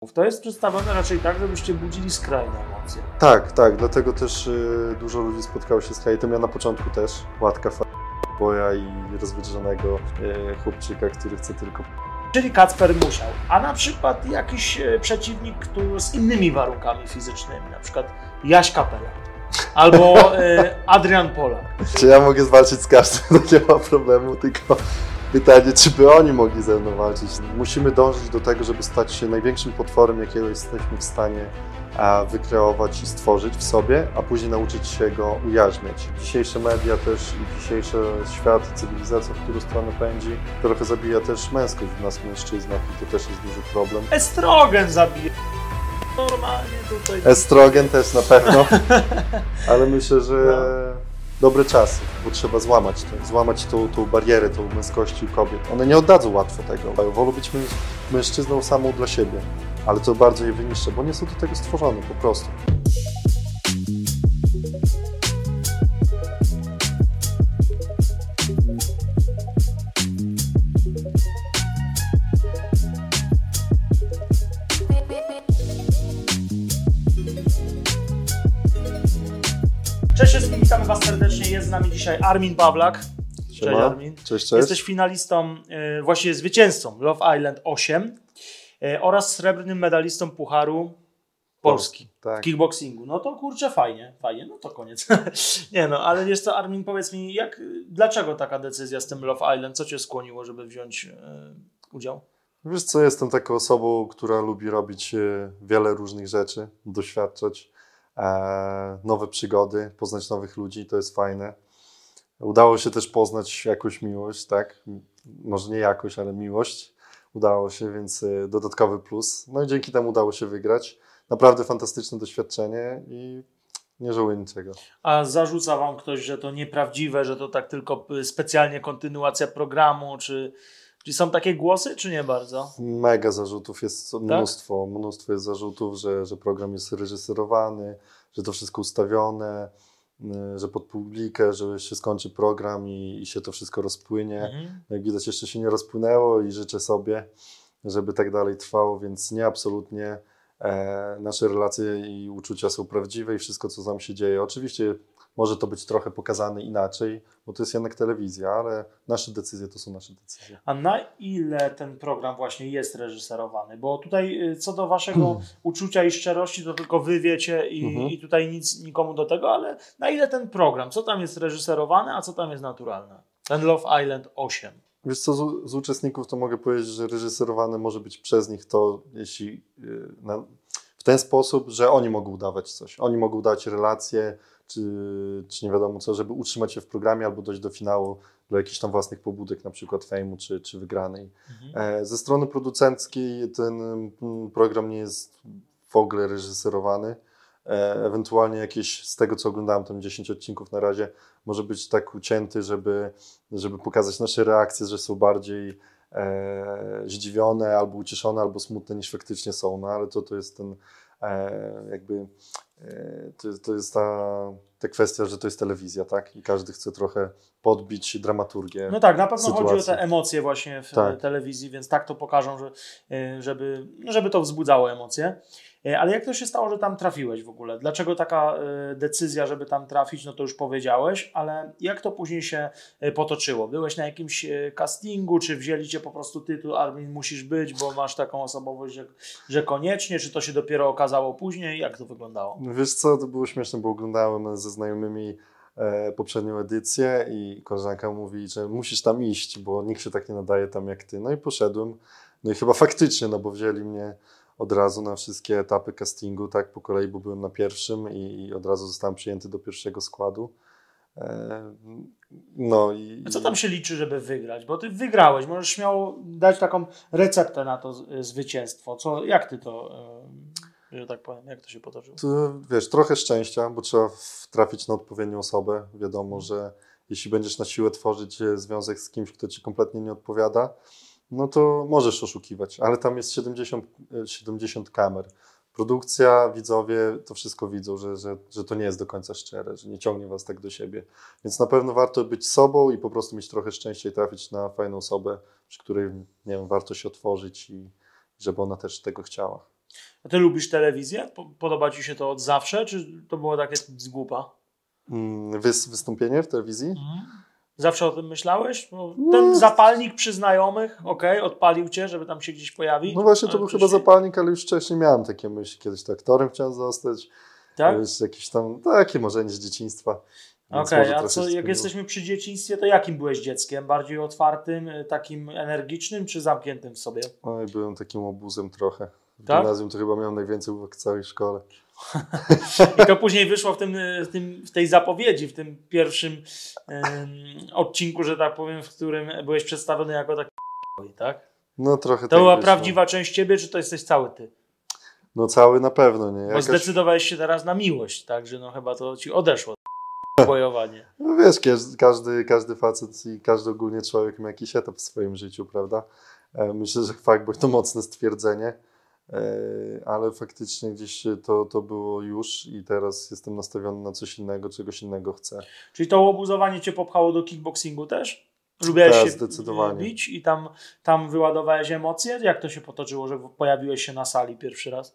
To jest przedstawione raczej tak, żebyście budzili skrajne emocje. Tak, dlatego też dużo ludzi spotkało się z hejtem. Ja na początku też. Łatka boja i rozwydrzonego chłopczyka, który chce tylko... Czyli Kacper musiał. A na przykład jakiś przeciwnik, który z innymi warunkami fizycznymi, na przykład Jaś Kapela albo Adrian Polak. Czy ja mogę zwalczyć z każdym, to nie ma problemu, tylko pytanie, czy by oni mogli ze mną walczyć. Musimy dążyć do tego, żeby stać się największym potworem, jakiego jesteśmy w stanie wykreować i stworzyć w sobie, a później nauczyć się go ujarzmiać. Dzisiejsze media też i dzisiejszy świat, cywilizacja, w którą stronę pędzi, trochę zabija też męskość w nas mężczyznach i to też jest duży problem. Estrogen zabija. Normalnie tutaj. Estrogen też na pewno, ale myślę, że dobre czasy, bo trzeba złamać tą barierę, tą męskości u kobiet. One nie oddadzą łatwo tego. Wolą być mężczyzną samą dla siebie, ale to bardzo je wyniszcza, bo nie są do tego stworzone po prostu. Cześć wszystkim, witamy Was serdecznie. Jest z nami dzisiaj Armin Pawlak. Cześć Armin. Cześć. Jesteś finalistą, właściwie zwycięzcą Love Island 8 oraz srebrnym medalistą Pucharu Polski tak. w kickboxingu. No to kurczę, fajnie, no to koniec. Nie no, ale wiesz co, Armin, powiedz mi, dlaczego taka decyzja z tym Love Island? Co Cię skłoniło, żeby wziąć udział? Wiesz co, jestem taką osobą, która lubi robić wiele różnych rzeczy, doświadczać nowe przygody, poznać nowych ludzi, to jest fajne. Udało się też poznać jakąś miłość, tak? Może nie jakoś, ale miłość. Udało się, więc dodatkowy plus. No i dzięki temu udało się wygrać. Naprawdę fantastyczne doświadczenie i nie żałuję niczego. A zarzuca Wam ktoś, że to nieprawdziwe, że to tak tylko specjalnie kontynuacja programu, czy są takie głosy, czy nie bardzo? Mega zarzutów jest mnóstwo. Tak? Mnóstwo jest zarzutów, że program jest reżyserowany, że to wszystko ustawione, że pod publikę, że się skończy program i się to wszystko rozpłynie. Jak widać, jeszcze się nie rozpłynęło i życzę sobie, żeby tak dalej trwało, więc nie, absolutnie nasze relacje i uczucia są prawdziwe i wszystko, co tam się dzieje. Oczywiście może to być trochę pokazane inaczej, bo to jest jednak telewizja, ale nasze decyzje to są nasze decyzje. A na ile ten program właśnie jest reżyserowany? Bo tutaj co do Waszego uczucia i szczerości, to tylko Wy wiecie i tutaj nic nikomu do tego, ale na ile ten program, co tam jest reżyserowane, a co tam jest naturalne? Ten Love Island 8. Wiesz co, z uczestników to mogę powiedzieć, że reżyserowane może być przez nich to, jeśli w ten sposób, że oni mogą udawać coś. Oni mogą dać relacje, czy nie wiadomo co, żeby utrzymać się w programie albo dojść do finału dla jakichś tam własnych pobudek, na przykład fejmu czy wygranej. Ze strony producenckiej ten program nie jest w ogóle reżyserowany. Ewentualnie jakieś, z tego co oglądałem, tam 10 odcinków na razie, może być tak ucięty, żeby pokazać nasze reakcje, że są bardziej zdziwione, albo ucieszone, albo smutne niż faktycznie są, no ale to jest ten to jest ta kwestia, że to jest telewizja, tak? I każdy chce trochę podbić dramaturgię. No tak, na pewno sytuacji. chodzi o te emocje właśnie w telewizji, więc tak to pokażą, żeby to wzbudzało emocje. Ale jak to się stało, że tam trafiłeś w ogóle? Dlaczego taka decyzja, żeby tam trafić, no to już powiedziałeś, ale jak to później się potoczyło? Byłeś na jakimś castingu, czy wzięli Cię po prostu tytuł Armin musisz być, bo masz taką osobowość, że koniecznie, czy to się dopiero okazało później? Jak to wyglądało? Wiesz co, to było śmieszne, bo oglądałem ze znajomymi poprzednią edycję i koleżanka mówi, że musisz tam iść, bo nikt się tak nie nadaje tam jak ty. No i poszedłem, no i chyba faktycznie, no bo wzięli mnie od razu na wszystkie etapy castingu, tak po kolei, bo byłem na pierwszym i od razu zostałem przyjęty do pierwszego składu. No i... A co tam się liczy, żeby wygrać? Bo ty wygrałeś, możesz śmiało dać taką receptę na to zwycięstwo. Jak ty to, że tak powiem, jak to się potoczyło? To, wiesz, trochę szczęścia, bo trzeba trafić na odpowiednią osobę. Wiadomo, że jeśli będziesz na siłę tworzyć związek z kimś, kto ci kompletnie nie odpowiada, no to możesz oszukiwać, ale tam jest 70 kamer. Produkcja, widzowie to wszystko widzą, że to nie jest do końca szczere, że nie ciągnie was tak do siebie. Więc na pewno warto być sobą i po prostu mieć trochę szczęścia i trafić na fajną osobę, przy której, nie wiem, warto się otworzyć i żeby ona też tego chciała. A ty lubisz telewizję? Podoba ci się to od zawsze, czy to było takie z głupa? Wystąpienie w telewizji? Zawsze o tym myślałeś? Bo ten zapalnik przy znajomych, odpalił cię, żeby tam się gdzieś pojawić. No właśnie, to był chyba zapalnik, ale już wcześniej miałem takie myśli. Kiedyś to aktorem chciałem zostać. Tak? Jakieś tam takie marzenie z dzieciństwa. Okej, a co, jak jesteśmy przy dzieciństwie, to jakim byłeś dzieckiem? Bardziej otwartym, takim energicznym, czy zamkniętym w sobie? Oj, byłem takim obuzem trochę. W tak? gimnazjum to chyba miałem najwięcej uwag w całej szkole. I to później wyszło w tej zapowiedzi, w tym pierwszym odcinku, że tak powiem, w którym byłeś przedstawiony jako taki tak? No trochę to tak była wyszło. prawdziwa część ciebie, czy to jesteś cały ty? No cały na pewno, nie? Bo zdecydowałeś się teraz na miłość, tak? Że no chyba to ci odeszło bojowanie. No wiesz, każdy facet i każdy ogólnie człowiek ma jakiś etap w swoim życiu, prawda? Myślę, że fuckboy to mocne stwierdzenie, ale faktycznie gdzieś to było już i teraz jestem nastawiony na coś innego, czegoś innego chcę. Czyli to obuzowanie cię popchało do kickboxingu też? Lubiłeś się zdecydowanie bić i tam wyładowałeś emocje? Jak to się potoczyło, że pojawiłeś się na sali pierwszy raz?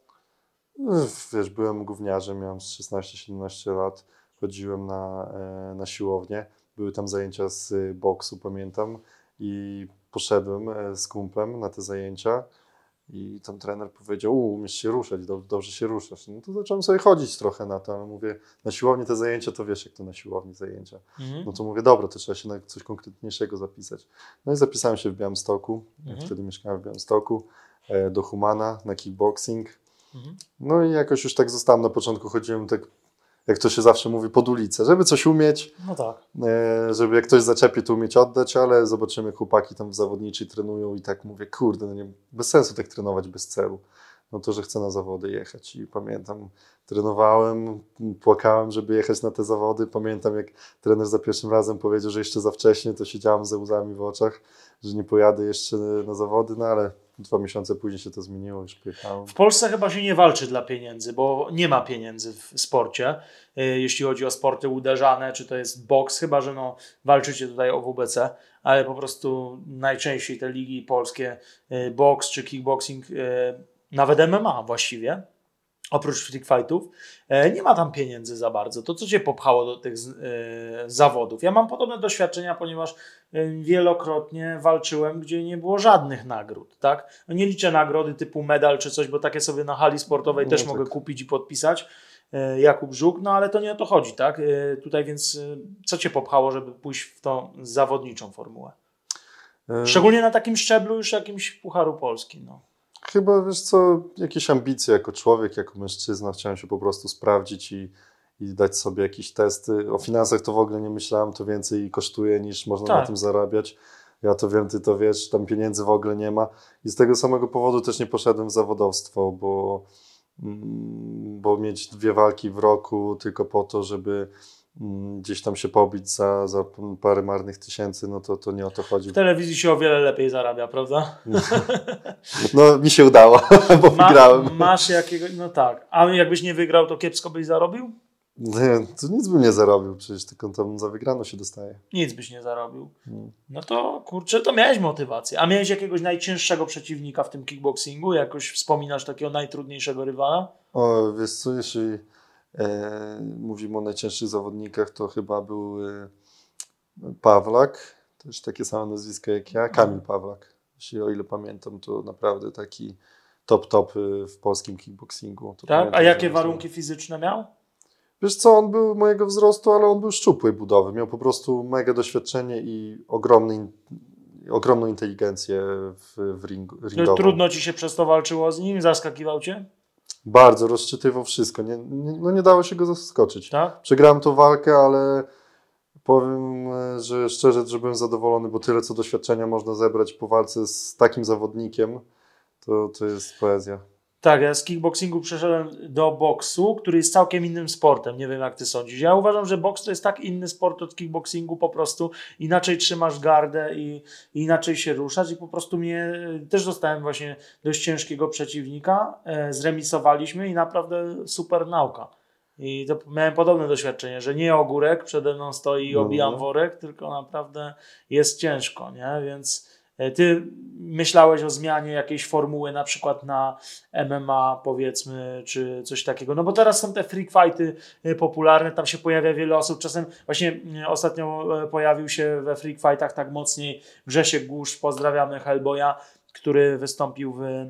Wiesz, byłem gówniarzem, miałem 16-17 lat, chodziłem na siłownię, były tam zajęcia z boksu, pamiętam, i poszedłem z kumplem na te zajęcia i tam trener powiedział, umiesz się ruszać, dobrze się ruszasz. No to zacząłem sobie chodzić trochę na to, ale mówię, na siłowni te zajęcia, to wiesz jak to na siłowni zajęcia. No to mówię, dobra, to trzeba się na coś konkretniejszego zapisać. No i zapisałem się w Białymstoku, wtedy mieszkałem w Białymstoku, do Humana na kickboxing. No i jakoś już tak zostałem na początku, chodziłem tak, jak to się zawsze mówi, pod ulicę, żeby coś umieć, no tak. Żeby jak ktoś zaczepi, to umieć oddać, ale zobaczymy, chłopaki tam w zawodniczej trenują i tak mówię, kurde, no nie, bez sensu tak trenować bez celu. No to, że chcę na zawody jechać i pamiętam, trenowałem, płakałem, żeby jechać na te zawody. Pamiętam, jak trener za pierwszym razem powiedział, że jeszcze za wcześnie, to siedziałem ze łzami w oczach, że nie pojadę jeszcze na zawody, no ale 2 miesiące później się to zmieniło, już pojechałem. W Polsce chyba się nie walczy dla pieniędzy, bo nie ma pieniędzy w sporcie, jeśli chodzi o sporty uderzane, czy to jest boks, chyba że walczycie tutaj o WBC, ale po prostu najczęściej te ligi polskie, boks czy kickboxing, nawet MMA właściwie, oprócz street fightów, nie ma tam pieniędzy za bardzo. To co cię popchało do tych zawodów? Ja mam podobne doświadczenia, ponieważ wielokrotnie walczyłem, gdzie nie było żadnych nagród. Tak? No nie liczę nagrody typu medal czy coś, bo takie sobie na hali sportowej też mogę kupić i podpisać. Jakub Żuk, no ale to nie o to chodzi. Tak? Tutaj więc co cię popchało, żeby pójść w tą zawodniczą formułę? Szczególnie na takim szczeblu już jakimś Pucharu Polski. No. Chyba, wiesz co, jakieś ambicje jako człowiek, jako mężczyzna. Chciałem się po prostu sprawdzić i dać sobie jakieś testy. O finansach to w ogóle nie myślałem, to więcej kosztuje niż można na tym zarabiać. Ja to wiem, ty to wiesz, tam pieniędzy w ogóle nie ma. I z tego samego powodu też nie poszedłem w zawodowstwo, bo mieć 2 walki w roku tylko po to, żeby gdzieś tam się pobić za parę marnych tysięcy, no to nie o to chodzi. W telewizji się o wiele lepiej zarabia, prawda? No mi się udało, bo wygrałem. Masz jakiegoś, no tak. A jakbyś nie wygrał, to kiepsko byś zarobił? Nie, to nic bym nie zarobił, przecież tylko tam za wygraną się dostaje. Nic byś nie zarobił. No to kurczę, to miałeś motywację. A miałeś jakiegoś najcięższego przeciwnika w tym kickboxingu? Jakoś wspominasz takiego najtrudniejszego rywala? O, wiesz co, jeśli mówimy o najcięższych zawodnikach, to chyba był Pawlak, też takie same nazwisko jak ja, Kamil Pawlak. Jeśli o ile pamiętam, to naprawdę taki top w polskim kickboxingu. To tak? pamiętam, a jakie warunki fizyczne miał? Wiesz co, on był mojego wzrostu, ale on był szczupłej budowy. Miał po prostu mega doświadczenie i ogromną inteligencję w ringową. Trudno ci się przez to walczyło z nim? Zaskakiwał cię? Bardzo, rozczytywał wszystko. Nie dało się go zaskoczyć. Tak? Przegrałem tą walkę, ale powiem, że szczerze, że byłem zadowolony, bo tyle co doświadczenia można zebrać po walce z takim zawodnikiem, to jest poezja. Tak, ja z kickboxingu przeszedłem do boksu, który jest całkiem innym sportem. Nie wiem, jak ty sądzisz. Ja uważam, że boks to jest tak inny sport od kickboxingu, po prostu inaczej trzymasz gardę i inaczej się ruszasz i po prostu też dostałem właśnie dość ciężkiego przeciwnika. Zremisowaliśmy i naprawdę super nauka. I to miałem podobne doświadczenie, że nie ogórek przede mną stoi i obijam worek, tylko naprawdę jest ciężko, nie? Więc Ty myślałeś o zmianie jakiejś formuły, na przykład na MMA, powiedzmy, czy coś takiego? No bo teraz są te freak fighty popularne, tam się pojawia wiele osób. Czasem właśnie ostatnio pojawił się we freak fightach tak mocniej Grzesiek Gusz, pozdrawiamy Hellboya, który wystąpił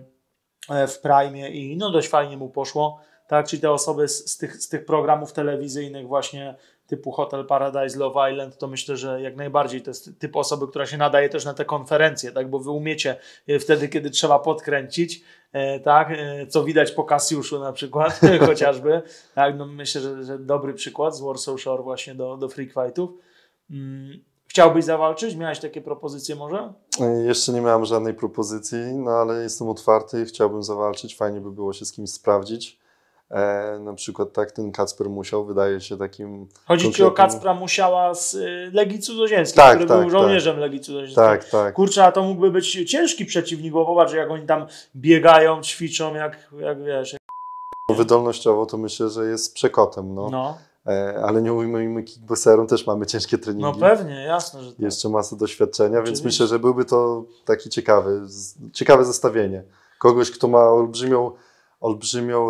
w Prime i no dość fajnie mu poszło. Tak, czyli te osoby z tych programów telewizyjnych właśnie typu Hotel Paradise, Love Island, to myślę, że jak najbardziej to jest typ osoby, która się nadaje też na te konferencje, tak, bo wy umiecie wtedy, kiedy trzeba podkręcić, tak, co widać po Kasiuszu na przykład, chociażby, tak, no myślę, że dobry przykład z Warsaw Shore właśnie do freak fightów. Chciałbyś zawalczyć? Miałeś takie propozycje może? Jeszcze nie miałem żadnej propozycji, no ale jestem otwarty, chciałbym zawalczyć, fajnie by było się z kimś sprawdzić. Na przykład tak, ten Kacper Musiał wydaje się takim... Chodzi ci o Kacpra Musiała z Legii Cudzoziemskiej, tak, który był żołnierzem Legii Cudzoziemskiej. Tak. Kurczę, a to mógłby być ciężki przeciwnik, bo popatrz, jak oni tam biegają, ćwiczą, jak wiesz... Wydolnościowo to myślę, że jest przekotem, no. Ale nie ujmujmy kickboxerom, też mamy ciężkie treningi. No pewnie, jasne, że tak. Jeszcze masę doświadczenia, więc myślę, że byłby to taki ciekawe zestawienie. Kogoś, kto ma olbrzymią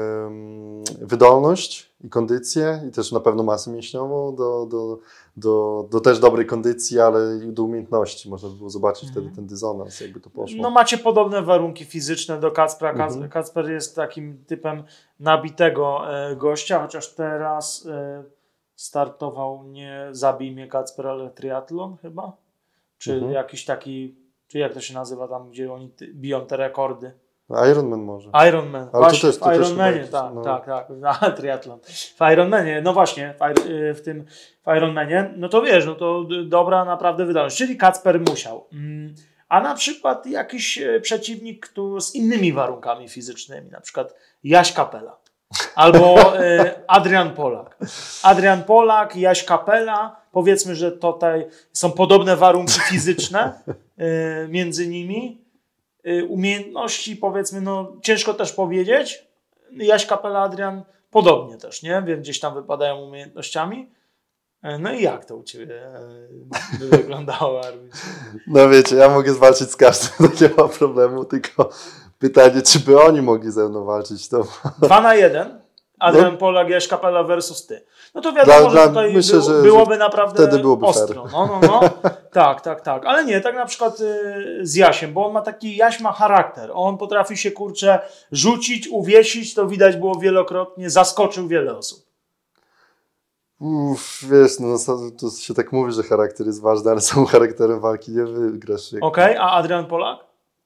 wydolność i kondycję i też na pewno masę mięśniową do też dobrej kondycji, ale i do umiejętności. Można by było zobaczyć wtedy ten dysonans, jakby to poszło. No macie podobne warunki fizyczne do Kacpra. Kacper jest takim typem nabitego gościa, chociaż teraz startował nie Zabij mnie Kacper, ale triatlon chyba? Czy jakiś taki, czy jak to się nazywa tam, gdzie oni biją te rekordy? Ironman może. Ironman, ale właśnie, to też w Ironmanie, tak, triatlon. W Ironmanie, no właśnie, w Ironmanie, no to wiesz, no to dobra naprawdę wydolność, czyli Kacper Musiał. A na przykład jakiś przeciwnik z innymi warunkami fizycznymi, na przykład Jaś Kapela albo Adrian Polak. Adrian Polak, Jaś Kapela, powiedzmy, że tutaj są podobne warunki fizyczne między nimi. Umiejętności, powiedzmy, no ciężko też powiedzieć. Jaś Kapela, Adrian podobnie też, nie? Wiem, gdzieś tam wypadają umiejętnościami. No i jak to u Ciebie by wyglądało, Armin? No wiecie, ja mogę zwalczyć z każdym, to nie ma problemu, tylko pytanie, czy by oni mogli ze mną walczyć. To... 2-1, Adrian Polak, Jaś Kapela versus ty. No to wiadomo, że tutaj myślę, byłoby naprawdę wtedy byłoby ostro. No. Tak. Ale nie, tak na przykład z Jasiem, bo on ma Jaś ma charakter. On potrafi się, kurczę, rzucić, uwiesić, to widać było wielokrotnie, zaskoczył wiele osób. Wiesz, no to się tak mówi, że charakter jest ważny, ale samym charakterem walki nie wygrasz. Okej, a Adrian Polak?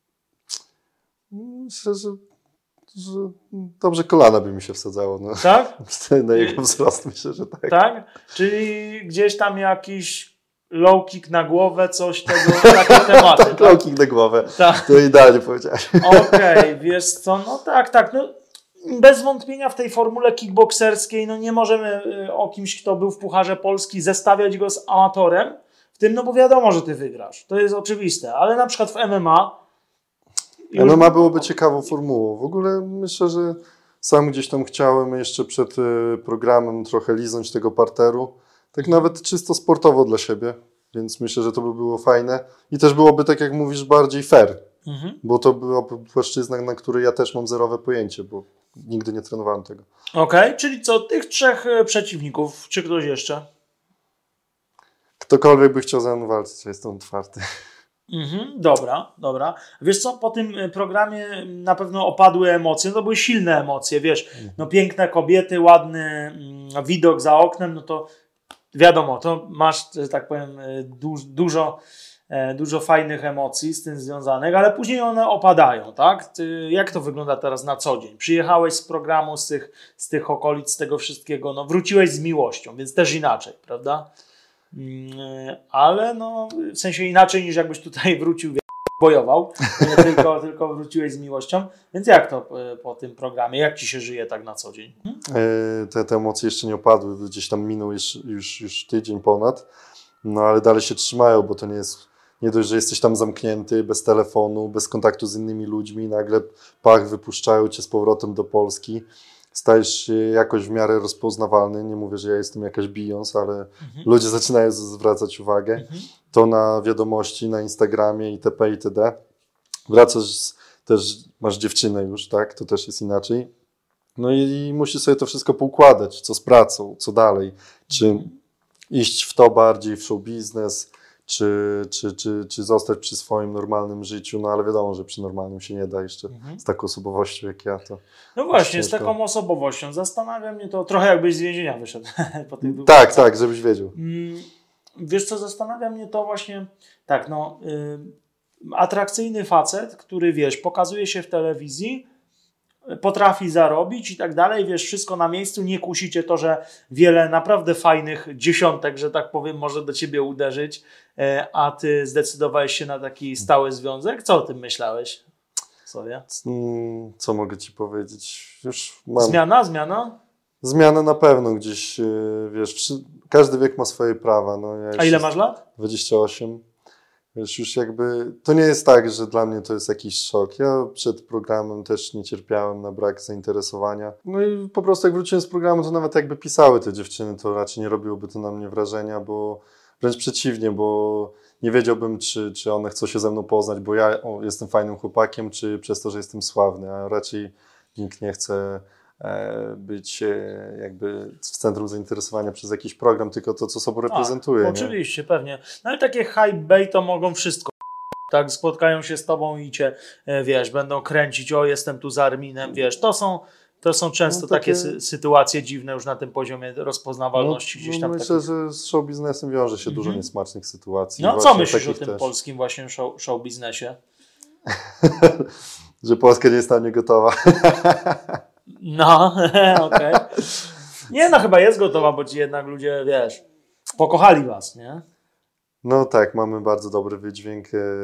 Myślę, że dobrze kolana by mi się wsadzało. No. Tak? Na jego wzrost myślę, że tak. Tak? Czyli gdzieś tam jakiś low kick na głowę, coś takie tematy. Tak, low kick na głowę. Tak. To idealnie powiedziałeś. Okej, wiesz co, no tak. No, bez wątpienia w tej formule kickbokserskiej no nie możemy o kimś, kto był w Pucharze Polski, zestawiać go z amatorem w tym, no bo wiadomo, że ty wygrasz. To jest oczywiste, ale na przykład w MMA MMA byłoby ciekawą formułą. W ogóle myślę, że sam gdzieś tam chciałem jeszcze przed programem trochę liznąć tego parteru. Tak nawet czysto sportowo dla siebie. Więc myślę, że to by było fajne. I też byłoby, tak jak mówisz, bardziej fair. Bo to była płaszczyzna, na której ja też mam zerowe pojęcie, bo nigdy nie trenowałem tego. Okej, czyli co, tych 3 przeciwników, czy ktoś jeszcze? Ktokolwiek by chciał ze mną walczyć, ja jestem otwarty. Dobra. Wiesz co, po tym programie na pewno opadły emocje, to były silne emocje, wiesz, no piękne kobiety, ładny widok za oknem, no to wiadomo, to masz, że tak powiem, dużo fajnych emocji z tym związanych, ale później one opadają, tak? Jak to wygląda teraz na co dzień? Przyjechałeś z programu, z tych okolic, z tego wszystkiego, no wróciłeś z miłością, więc też inaczej, prawda? Ale no, w sensie inaczej niż jakbyś tutaj wrócił, bojował, tylko wróciłeś z miłością. Więc jak to po tym programie? Jak ci się żyje tak na co dzień? Te emocje jeszcze nie opadły, gdzieś tam minął już tydzień ponad, no ale dalej się trzymają, bo to nie dość, że jesteś tam zamknięty, bez telefonu, bez kontaktu z innymi ludźmi, nagle wypuszczają cię z powrotem do Polski, stajesz się jakoś w miarę rozpoznawalny, nie mówię, że ja jestem jakaś Beyoncé, ale ludzie zaczynają zwracać uwagę, to na wiadomości, na Instagramie itp. itd. Wracasz, też masz dziewczynę już, tak? To też jest inaczej. No i musisz sobie to wszystko poukładać, co z pracą, co dalej. Czy iść w to bardziej, w show biznes, czy zostać przy swoim normalnym życiu, no ale wiadomo, że przy normalnym się nie da jeszcze z taką osobowością jak ja. To no właśnie, z taką osobowością. Zastanawia mnie to, trochę jakbyś z więzienia wyszedł. Po tych tak, żebyś wiedział. Wiesz co, zastanawia mnie to właśnie, tak no, atrakcyjny facet, który wiesz, pokazuje się w telewizji, potrafi zarobić i tak dalej, wiesz, wszystko na miejscu, nie kusicie to, że wiele naprawdę fajnych dziesiątek, że tak powiem, może do ciebie uderzyć, a ty zdecydowałeś się na taki stały związek. Co o tym myślałeś sobie? Co mogę ci powiedzieć? Już mam... Zmiana? Zmiana na pewno gdzieś, wiesz, każdy wiek ma swoje prawa. No, a ile masz lat? 28. Wiesz, już jakby, to nie jest tak, że dla mnie to jest jakiś szok. Ja przed programem też nie cierpiałem na brak zainteresowania. No i po prostu jak wróciłem z programu, to nawet jakby pisały te dziewczyny, to raczej nie robiłoby to na mnie wrażenia, bo wręcz przeciwnie, bo nie wiedziałbym, czy one chcą się ze mną poznać, bo ja jestem fajnym chłopakiem, czy przez to, że jestem sławny, a raczej nikt nie chce być jakby w centrum zainteresowania przez jakiś program, tylko to, co sobą reprezentuje. Oczywiście, pewnie. No ale takie high bait to mogą wszystko. Tak, spotkają się z tobą i cię, wiesz, będą kręcić, o jestem tu z Arminem, wiesz, to są często takie sytuacje dziwne już na tym poziomie rozpoznawalności gdzieś tam. Myślę, że z show biznesem wiąże się dużo niesmacznych sytuacji. No co myślisz o tym polskim właśnie show biznesie? Że Polska nie jest na mnie gotowa. No, okej. Nie, no chyba jest gotowa, bo ci jednak ludzie, wiesz, pokochali was, nie? No tak, mamy bardzo dobry wydźwięk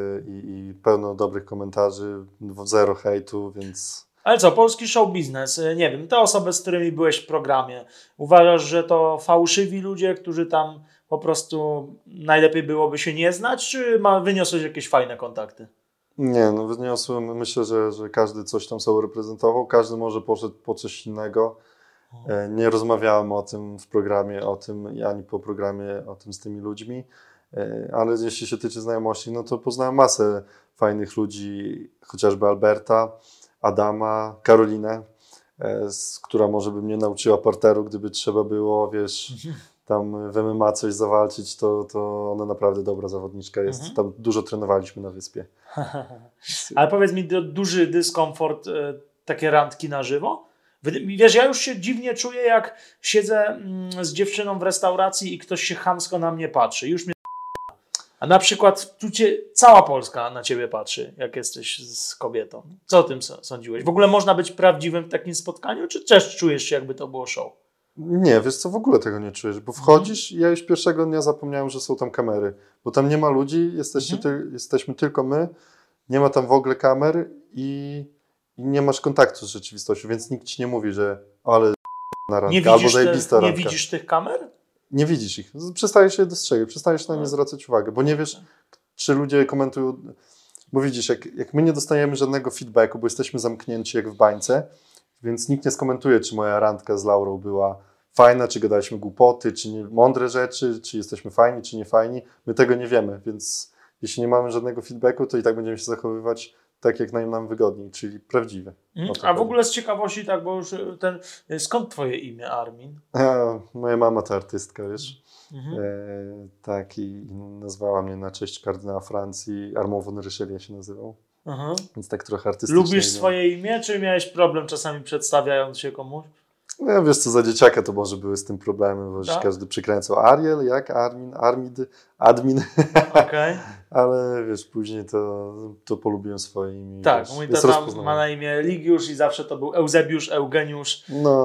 i pełno dobrych komentarzy, zero hejtu, więc... Ale co, polski show biznes, nie wiem, te osoby, z którymi byłeś w programie, uważasz, że to fałszywi ludzie, którzy tam po prostu najlepiej byłoby się nie znać, czy wyniosłeś jakieś fajne kontakty? Nie, no wyniosłem, myślę, że każdy coś tam sobie reprezentował, każdy może poszedł po coś innego. Nie rozmawiałem o tym w programie, ani po programie o tym z tymi ludźmi, ale jeśli się tyczy znajomości, no to poznałem masę fajnych ludzi, chociażby Alberta, Adama, Karolinę, która może by mnie nauczyła parteru, gdyby trzeba było, wiesz, tam w MMA coś zawalczyć, to ona naprawdę dobra zawodniczka jest. Tam dużo trenowaliśmy na wyspie. Ale powiedz mi, duży dyskomfort, takie randki na żywo? Wiesz, ja już się dziwnie czuję, jak siedzę z dziewczyną w restauracji i ktoś się chamsko na mnie patrzy. Już mnie a na przykład tu cała Polska na ciebie patrzy, jak jesteś z kobietą. Co o tym sądziłeś? W ogóle można być prawdziwym w takim spotkaniu, czy też czujesz się, jakby to było show? Nie, wiesz co, w ogóle tego nie czujesz, bo wchodzisz i ja już pierwszego dnia zapomniałem, że są tam kamery, bo tam nie ma ludzi, jesteśmy tylko my, nie ma tam w ogóle kamer i nie masz kontaktu z rzeczywistością, więc nikt ci nie mówi, że ale na randkę, albo zajebista randka. Nie widzisz tych kamer? Nie widzisz ich, przestajesz je dostrzegać, przestajesz na nie zwracać uwagę, bo nie wiesz, czy ludzie komentują, bo widzisz, jak my nie dostajemy żadnego feedbacku, bo jesteśmy zamknięci jak w bańce, więc nikt nie skomentuje, czy moja randka z Laurą była fajna, czy gadaliśmy głupoty, czy mądre rzeczy, czy jesteśmy fajni, czy nie fajni. My tego nie wiemy, więc jeśli nie mamy żadnego feedbacku, to i tak będziemy się zachowywać tak, jak nam wygodniej, czyli prawdziwe. A w ogóle z ciekawości, tak, bo już skąd twoje imię, Armin? Moja mama to artystka, wiesz. Tak, i nazwała mnie na cześć kardynała Francji, Armand von Richelieu się nazywał. Więc tak trochę artystycznie. Lubisz swoje imię, czy miałeś problem czasami przedstawiając się komuś? No, wiesz co, za dzieciaka to może były z tym problemy, bo tak? Każdy przykręcał Ariel, jak Armin, Armid, Admin. Okay. Ale wiesz, później to polubiłem swoje imię. Tak, mój tata ma na imię Ligiusz i zawsze to był Eusebiusz, Eugeniusz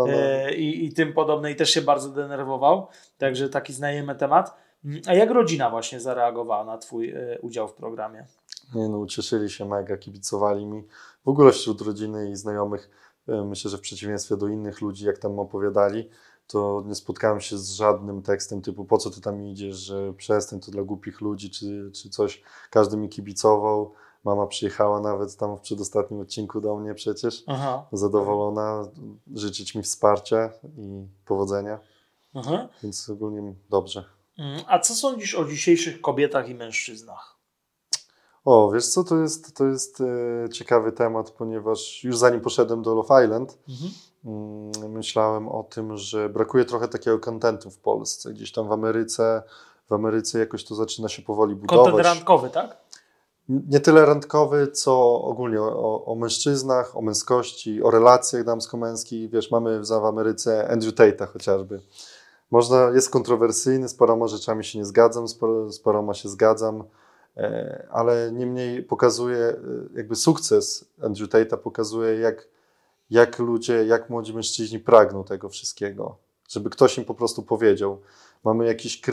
i tym podobne i też się bardzo denerwował, także taki znajemy temat. A jak rodzina właśnie zareagowała na twój udział w programie? Nie no, ucieszyli się mega, kibicowali mi. W ogóle wśród rodziny i znajomych, myślę, że w przeciwieństwie do innych ludzi, jak tam opowiadali, to nie spotkałem się z żadnym tekstem typu po co ty tam idziesz, że przestań, to dla głupich ludzi, czy coś. Każdy mi kibicował, Mama przyjechała nawet tam w przedostatnim odcinku do mnie przecież. Aha. Zadowolona, życzyć mi wsparcia i powodzenia. Aha. Więc ogólnie dobrze. A co sądzisz o dzisiejszych kobietach i mężczyznach? O, wiesz co, to jest ciekawy temat, ponieważ już zanim poszedłem do Love Island, myślałem o tym, że brakuje trochę takiego kontentu w Polsce. Gdzieś tam w Ameryce jakoś to zaczyna się powoli budować. Kontent randkowy, tak? Nie tyle randkowy, co ogólnie o mężczyznach, o męskości, o relacjach damsko-męskich. Wiesz, mamy w Ameryce Andrew Tate'a chociażby. Jest kontrowersyjny, z paroma rzeczami się nie zgadzam, z paroma się zgadzam, ale niemniej pokazuje, jakby sukces Andrew Tate'a pokazuje, jak ludzie, jak młodzi mężczyźni pragną tego wszystkiego, żeby ktoś im po prostu powiedział. Mamy jakiś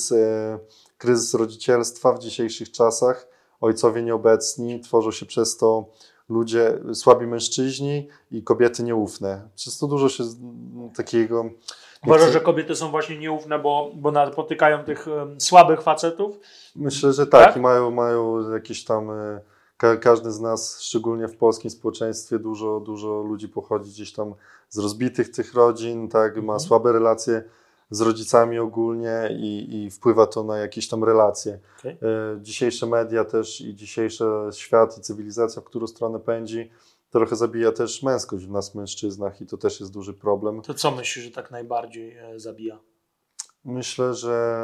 kryzys rodzicielstwa w dzisiejszych czasach, ojcowie nieobecni, tworzą się przez to ludzie, słabi mężczyźni i kobiety nieufne. Przez to dużo się takiego... Uważasz, że kobiety są właśnie nieufne, bo napotykają tych słabych facetów? Myślę, że tak. I mają jakieś tam... Każdy z nas, szczególnie w polskim społeczeństwie, dużo ludzi pochodzi gdzieś tam z rozbitych tych rodzin, tak, ma słabe relacje z rodzicami ogólnie i wpływa to na jakieś tam relacje. Okay. Dzisiejsze media też i dzisiejszy świat i cywilizacja, w którą stronę pędzi, trochę zabija też męskość w nas, mężczyznach, i to też jest duży problem. To co myślisz, że tak najbardziej zabija? Myślę, że...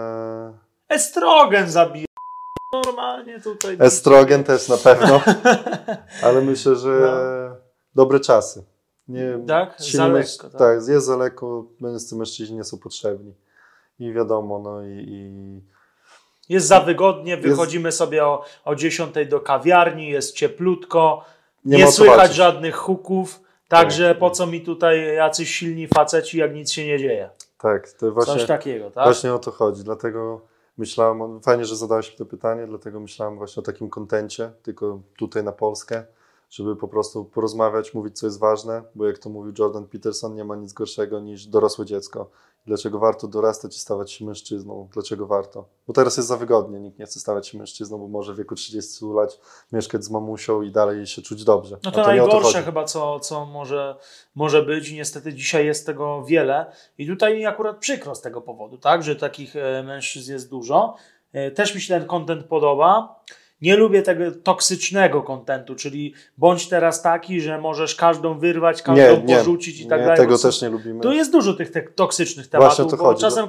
Estrogen zabija. Normalnie tutaj... Estrogen też na pewno, ale myślę, że dobre czasy. Tak? Za lekko. Tak, jest za lekko, mężczyźni nie są potrzebni. I wiadomo, i jest za wygodnie, wychodzimy sobie o 10 do kawiarni, jest cieplutko, nie słychać żadnych huków, także po co mi tutaj jacyś silni faceci, jak nic się nie dzieje. Tak, to właśnie, coś takiego, tak? Właśnie o to chodzi, dlatego myślałem, fajnie, że zadałeś mi to pytanie, dlatego myślałem właśnie o takim kontencie, tylko tutaj na Polskę, żeby po prostu porozmawiać, mówić, co jest ważne, bo jak to mówił Jordan Peterson, nie ma nic gorszego niż dorosłe dziecko. Dlaczego warto dorastać i stawać się mężczyzną? Dlaczego warto? Bo teraz jest za wygodnie, nikt nie chce stawać się mężczyzną, bo może w wieku 30 lat mieszkać z mamusią i dalej się czuć dobrze. No to najgorsze chyba, co może być, i niestety dzisiaj jest tego wiele i tutaj akurat przykro z tego powodu, tak, że takich mężczyzn jest dużo. Też mi się ten content podoba. Nie lubię tego toksycznego kontentu, czyli bądź teraz taki, że możesz każdą wyrwać, każdą porzucić i tak dalej. Tego też nie lubimy. Tu jest dużo tych toksycznych tematów, bo czasem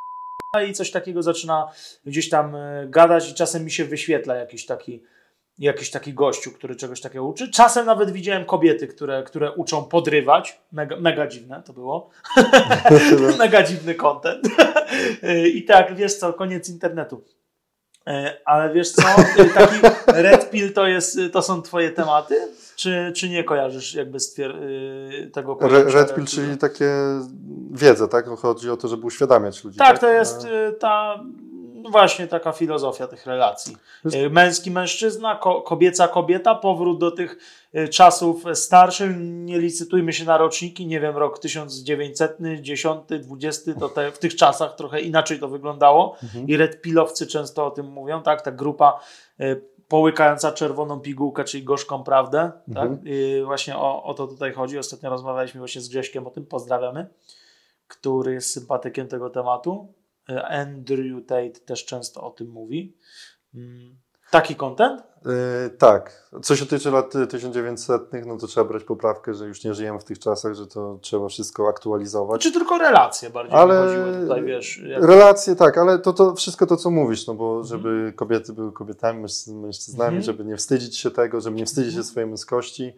i coś takiego zaczyna gdzieś tam gadać i czasem mi się wyświetla jakiś taki gościu, który czegoś takiego uczy. Czasem nawet widziałem kobiety, które uczą podrywać. Mega dziwne to było. Mega dziwny content. I tak, wiesz co, koniec internetu. Ale wiesz co, taki red pill to są twoje tematy? Czy nie kojarzysz jakby tego pojęcia? Red pill, czyli takie wiedza, tak? Chodzi o to, żeby uświadamiać ludzi. Tak, to jest właśnie taka filozofia tych relacji. Męski mężczyzna, kobieca kobieta, powrót do tych czasów starszych, nie licytujmy się na roczniki, nie wiem, rok 1900, 10, 20, to w tych czasach trochę inaczej to wyglądało i red pillowcy często o tym mówią, tak? Ta grupa połykająca czerwoną pigułkę, czyli gorzką prawdę, tak? I właśnie o to tutaj chodzi. Ostatnio rozmawialiśmy właśnie z Grześkiem o tym, pozdrawiamy, który jest sympatykiem tego tematu. Andrew Tate też często o tym mówi. Taki content? Tak. Co się tyczy lat 1900, no to trzeba brać poprawkę, że już nie żyjemy w tych czasach, że to trzeba wszystko aktualizować. Czy tylko relacje bardziej chodziły tutaj, wiesz? Relacje, tak, ale to wszystko to, co mówisz, no bo żeby kobiety były kobietami, mężczyznami, żeby nie wstydzić się tego, żeby nie wstydzić się swojej męskości.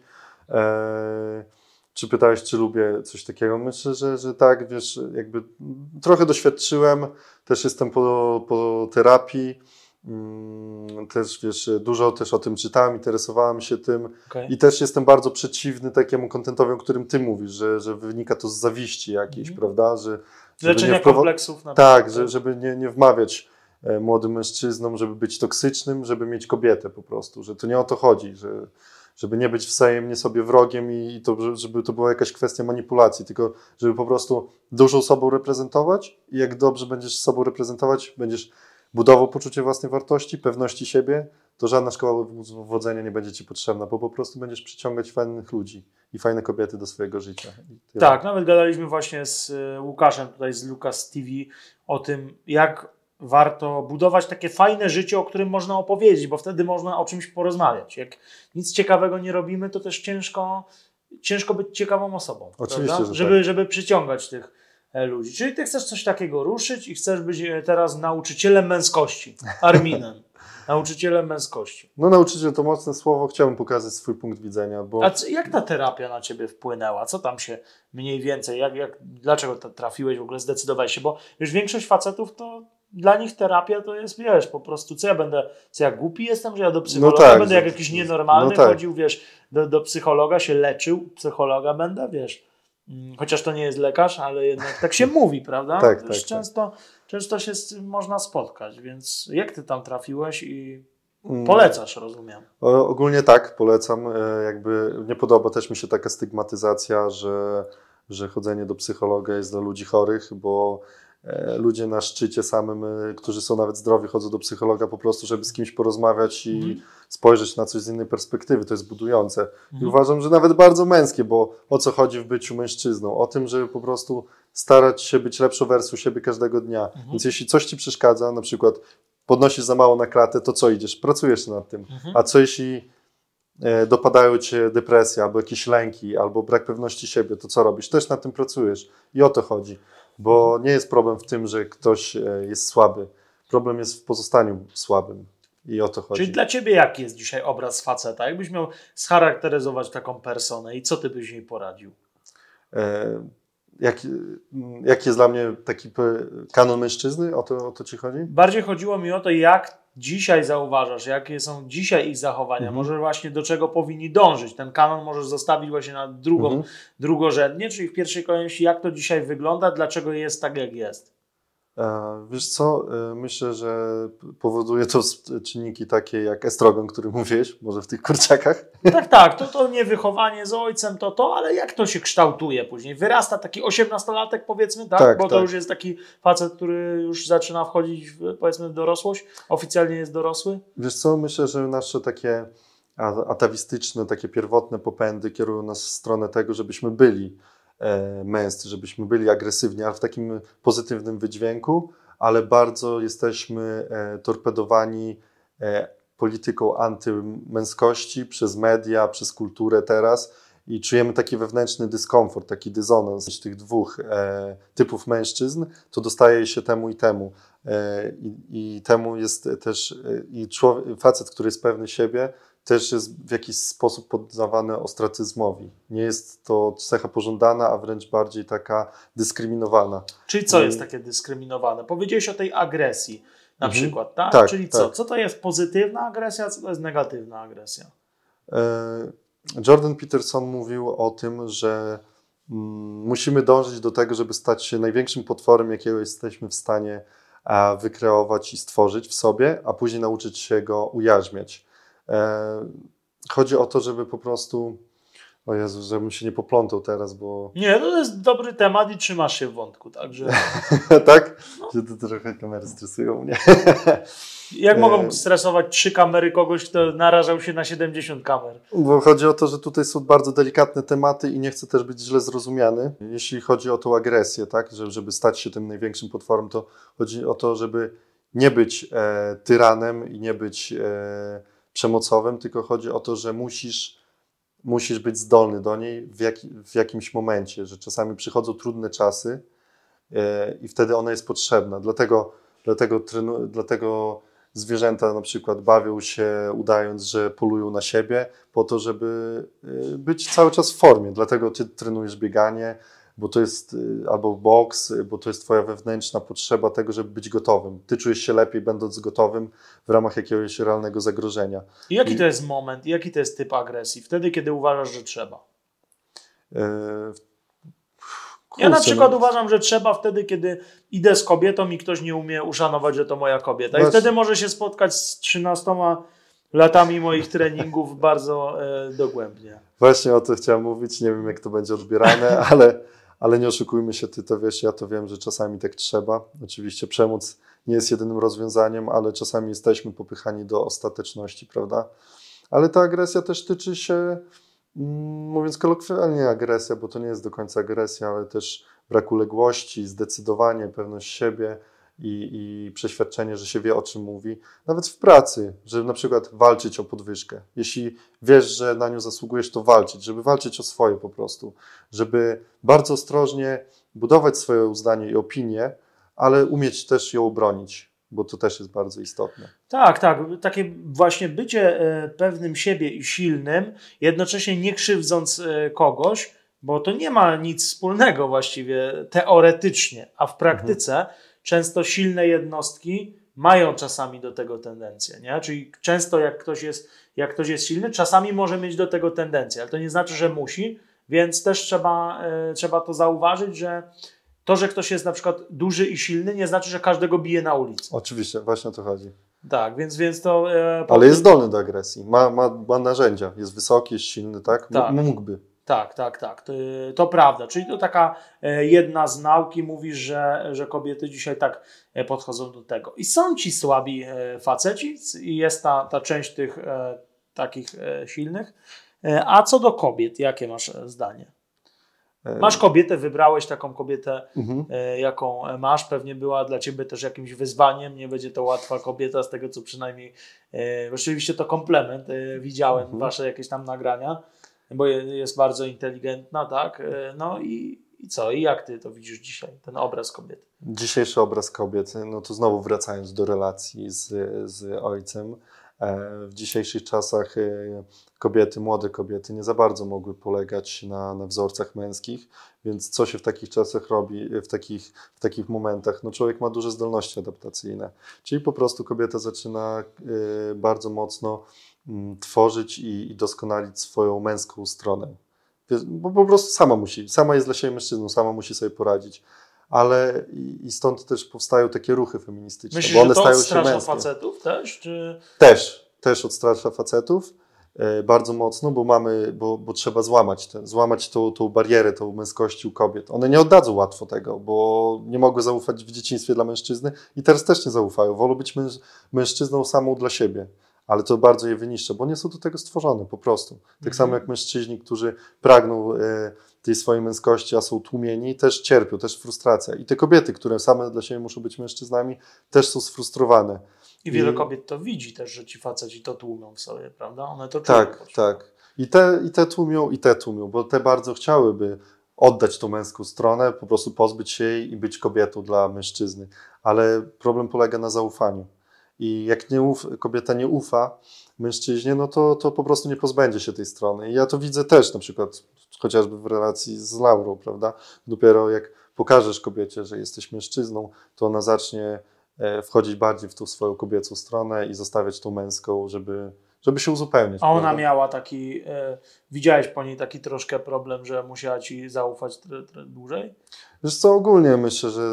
Czy pytałeś, czy lubię coś takiego? Myślę, że tak, wiesz, jakby trochę doświadczyłem, też jestem po terapii, też wiesz, dużo też o tym czytałem, interesowałem się tym i też jestem bardzo przeciwny takiemu kontentowi, o którym ty mówisz, że wynika to z zawiści jakiejś, prawda? Leczenia kompleksów. Tak, żeby nie wmawiać młodym mężczyznom, żeby być toksycznym, żeby mieć kobietę po prostu, że to nie o to chodzi, żeby nie być wzajemnie sobie wrogiem i to, żeby to była jakaś kwestia manipulacji, tylko żeby po prostu dużą sobą reprezentować i jak dobrze będziesz sobą reprezentować, będziesz budował poczucie własnej wartości, pewności siebie, to żadna szkoła wodzenia nie będzie ci potrzebna, bo po prostu będziesz przyciągać fajnych ludzi i fajne kobiety do swojego życia. Tak, nawet gadaliśmy właśnie z Łukaszem tutaj z Lucas TV o tym, jak warto budować takie fajne życie, o którym można opowiedzieć, bo wtedy można o czymś porozmawiać. Jak nic ciekawego nie robimy, to też ciężko być ciekawą osobą. Oczywiście, że żeby przyciągać tych ludzi. Czyli ty chcesz coś takiego ruszyć i chcesz być teraz nauczycielem męskości, Arminem. Nauczycielem męskości. No nauczyciel to mocne słowo, chciałbym pokazać swój punkt widzenia. Bo... A jak ta terapia na ciebie wpłynęła? Co tam się mniej więcej, dlaczego trafiłeś w ogóle, zdecydowałeś się? Bo już większość facetów to dla nich terapia to jest, wiesz, po prostu co ja głupi jestem, że ja do psychologa będę jak jakiś nienormalny chodził, wiesz, do psychologa się leczył, psychologa będę, wiesz. Chociaż to nie jest lekarz, ale jednak tak się mówi, prawda? Tak. Często się z tym można spotkać, więc jak ty tam trafiłeś i polecasz, rozumiem? Ogólnie tak, polecam. Jakby nie podoba też mi się taka stygmatyzacja, że chodzenie do psychologa jest dla ludzi chorych, bo ludzie na szczycie samym, którzy są nawet zdrowi, chodzą do psychologa po prostu, żeby z kimś porozmawiać i spojrzeć na coś z innej perspektywy. To jest budujące. I uważam, że nawet bardzo męskie, bo o co chodzi w byciu mężczyzną? O tym, żeby po prostu starać się być lepszą wersją siebie każdego dnia. Więc jeśli coś ci przeszkadza, na przykład podnosisz za mało na klatę, to co idziesz? Pracujesz nad tym. A co jeśli dopadają cię depresja, albo jakieś lęki, albo brak pewności siebie, to co robisz? Też nad tym pracujesz. I o to chodzi. Bo nie jest problem w tym, że ktoś jest słaby. Problem jest w pozostaniu słabym. I o to chodzi. Czyli dla ciebie jaki jest dzisiaj obraz faceta? Jakbyś miał scharakteryzować taką personę i co ty byś jej poradził? Jaki jest dla mnie taki kanon mężczyzny? O to ci chodzi? Bardziej chodziło mi o to, jak dzisiaj zauważasz, jakie są dzisiaj ich zachowania, może właśnie do czego powinni dążyć. Ten kanon możesz zostawić właśnie na drugorzędnie, czyli w pierwszej kolejności, jak to dzisiaj wygląda, dlaczego jest tak, jak jest. Wiesz co, myślę, że powoduje to czynniki takie jak estrogen, który mówiłeś, może w tych kurczakach. Tak, to nie wychowanie z ojcem, ale jak to się kształtuje później? Wyrasta taki 18-latek powiedzmy, tak? Bo to już jest taki facet, który już zaczyna wchodzić powiedzmy w dorosłość, oficjalnie jest dorosły. Wiesz co, myślę, że nasze takie atawistyczne, takie pierwotne popędy kierują nas w stronę tego, żebyśmy byli męscy, żebyśmy byli agresywni, ale w takim pozytywnym wydźwięku, ale bardzo jesteśmy torpedowani polityką antymęskości przez media, przez kulturę teraz i czujemy taki wewnętrzny dyskomfort, taki dysonans tych dwóch typów mężczyzn, to dostaje się temu i temu. I temu jest też facet, który jest pewny siebie, też jest w jakiś sposób poddawany ostracyzmowi. Nie jest to cecha pożądana, a wręcz bardziej taka dyskryminowana. Czyli co jest takie dyskryminowane? Powiedziałeś o tej agresji na przykład, tak? Czyli co? Co to jest pozytywna agresja, co to jest negatywna agresja? Jordan Peterson mówił o tym, że musimy dążyć do tego, żeby stać się największym potworem, jakiego jesteśmy w stanie wykreować i stworzyć w sobie, a później nauczyć się go ujarzmiać. Chodzi o to, żeby po prostu... O Jezu, żebym się nie poplątał teraz, bo... Nie, to jest dobry temat i trzymasz się w wątku, także... Tak? No. To trochę kamery stresują mnie. Jak mogą stresować 3 kamery kogoś, kto narażał się na 70 kamer? Bo chodzi o to, że tutaj są bardzo delikatne tematy i nie chcę też być źle zrozumiany. Jeśli chodzi o tą agresję, tak, żeby stać się tym największym potworem, to chodzi o to, żeby nie być tyranem i nie być przemocowym, tylko chodzi o to, że musisz być zdolny do niej w jakimś momencie, że czasami przychodzą trudne czasy i wtedy ona jest potrzebna. Dlatego zwierzęta na przykład bawią się, udając, że polują na siebie, po to, żeby być cały czas w formie. Dlatego ty trenujesz bieganie, bo to jest, albo boks, bo to jest twoja wewnętrzna potrzeba tego, żeby być gotowym. Ty czujesz się lepiej, będąc gotowym w ramach jakiegoś realnego zagrożenia. I jaki to jest moment, jaki to jest typ agresji? Wtedy, kiedy uważasz, że trzeba? Ja na przykład uważam, że trzeba wtedy, kiedy idę z kobietą i ktoś nie umie uszanować, że to moja kobieta. I wtedy może się spotkać z 13 latami moich treningów bardzo dogłębnie. Właśnie o to chciałem mówić. Nie wiem, jak to będzie odbierane, ale nie oszukujmy się, ty to wiesz, ja to wiem, że czasami tak trzeba. Oczywiście przemoc nie jest jedynym rozwiązaniem, ale czasami jesteśmy popychani do ostateczności, prawda? Ale ta agresja też tyczy się, mówiąc kolokwialnie, agresja, bo to nie jest do końca agresja, ale też brak uległości, zdecydowanie, pewność siebie i przeświadczenie, że się wie, o czym mówi. Nawet w pracy, żeby na przykład walczyć o podwyżkę. Jeśli wiesz, że na nią zasługujesz, to walczyć, żeby walczyć o swoje po prostu. Żeby bardzo ostrożnie budować swoje uznanie i opinię, ale umieć też ją obronić, bo to też jest bardzo istotne. Tak, tak. Takie właśnie bycie pewnym siebie i silnym, jednocześnie nie krzywdząc kogoś, bo to nie ma nic wspólnego właściwie teoretycznie, a w praktyce często silne jednostki mają czasami do tego tendencję, nie? Czyli często jak ktoś jest silny, czasami może mieć do tego tendencję, ale to nie znaczy, że musi, więc też trzeba to zauważyć, że to, że ktoś jest na przykład duży i silny, nie znaczy, że każdego bije na ulicy. Oczywiście, właśnie o to chodzi. Tak, więc to... Ale jest zdolny do agresji, ma narzędzia, jest wysoki, jest silny, tak? Tak. Mógłby. Tak. To prawda. Czyli to taka jedna z nauki, mówisz, że kobiety dzisiaj tak podchodzą do tego. I są ci słabi faceci i jest ta część tych takich silnych. A co do kobiet, jakie masz zdanie? Masz kobietę, wybrałeś taką kobietę, jaką masz, pewnie była dla ciebie też jakimś wyzwaniem, nie będzie to łatwa kobieta, z tego co przynajmniej, oczywiście to komplement, widziałem wasze jakieś tam nagrania, bo jest bardzo inteligentna, tak, no i co, i jak ty to widzisz dzisiaj, ten obraz kobiety? Dzisiejszy obraz kobiety, no to znowu wracając do relacji z ojcem, w dzisiejszych czasach kobiety, młode kobiety nie za bardzo mogły polegać na wzorcach męskich, więc co się w takich czasach robi, w takich momentach? No człowiek ma duże zdolności adaptacyjne, czyli po prostu kobieta zaczyna bardzo mocno tworzyć i doskonalić swoją męską stronę. Bo po prostu sama jest dla siebie mężczyzną, sama musi sobie poradzić. Ale i stąd też powstają takie ruchy feministyczne. Myślisz, bo one że to stają się odstrasza męskie. facetów też? Czy... Też odstrasza facetów bardzo mocno, bo trzeba złamać tą barierę, tą męskości u kobiet. One nie oddadzą łatwo tego, bo nie mogły zaufać w dzieciństwie dla mężczyzny i teraz też nie zaufają. Wolą być mężczyzną samą dla siebie. Ale to bardzo je wyniszcza, bo nie są do tego stworzone po prostu. Tak samo jak mężczyźni, którzy pragną tej swojej męskości, a są tłumieni, też cierpią, też frustracja. I te kobiety, które same dla siebie muszą być mężczyznami, też są sfrustrowane. I wiele kobiet to widzi też, że ci faceci to tłumią w sobie, prawda? One to czują. Tak. I te tłumią, bo te bardzo chciałyby oddać tą męską stronę, po prostu pozbyć się jej i być kobietą dla mężczyzny. Ale problem polega na zaufaniu. I jak kobieta nie ufa mężczyźnie, no to po prostu nie pozbędzie się tej strony. I ja to widzę też na przykład chociażby w relacji z Laurą, prawda? Dopiero jak pokażesz kobiecie, że jesteś mężczyzną, to ona zacznie wchodzić bardziej w tą swoją kobiecą stronę i zostawiać tą męską, żeby się uzupełniać. A ona prawda? miała taki, widziałeś po niej taki troszkę problem, że musiała ci zaufać dłużej? Wiesz co, ogólnie myślę, że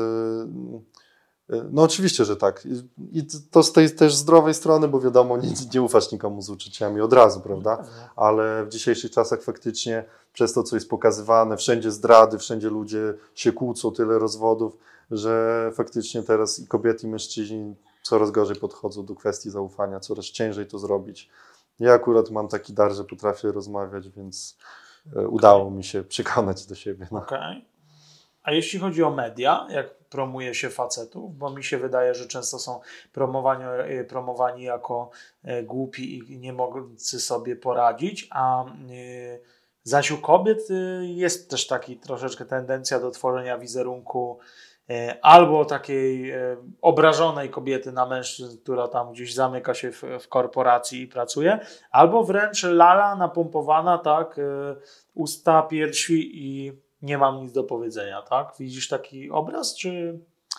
no oczywiście, że tak. I to z tej też zdrowej strony, bo wiadomo, nie ufasz nikomu z uczuciami od razu, prawda? Ale w dzisiejszych czasach faktycznie przez to, co jest pokazywane, wszędzie zdrady, wszędzie ludzie się kłócą, tyle rozwodów, że faktycznie teraz i kobiety, i mężczyźni coraz gorzej podchodzą do kwestii zaufania, coraz ciężej to zrobić. Ja akurat mam taki dar, że potrafię rozmawiać, więc udało mi się przekonać do siebie. No. Okej. A jeśli chodzi o media, jak promuje się facetów, bo mi się wydaje, że często są promowani jako głupi i nie mogący sobie poradzić, a zaś u kobiet jest też taki troszeczkę tendencja do tworzenia wizerunku albo takiej obrażonej kobiety na mężczyzn, która tam gdzieś zamyka się w korporacji i pracuje, albo wręcz lala, napompowana, tak, usta, piersi i nie mam nic do powiedzenia, tak? Widzisz taki obraz, czy...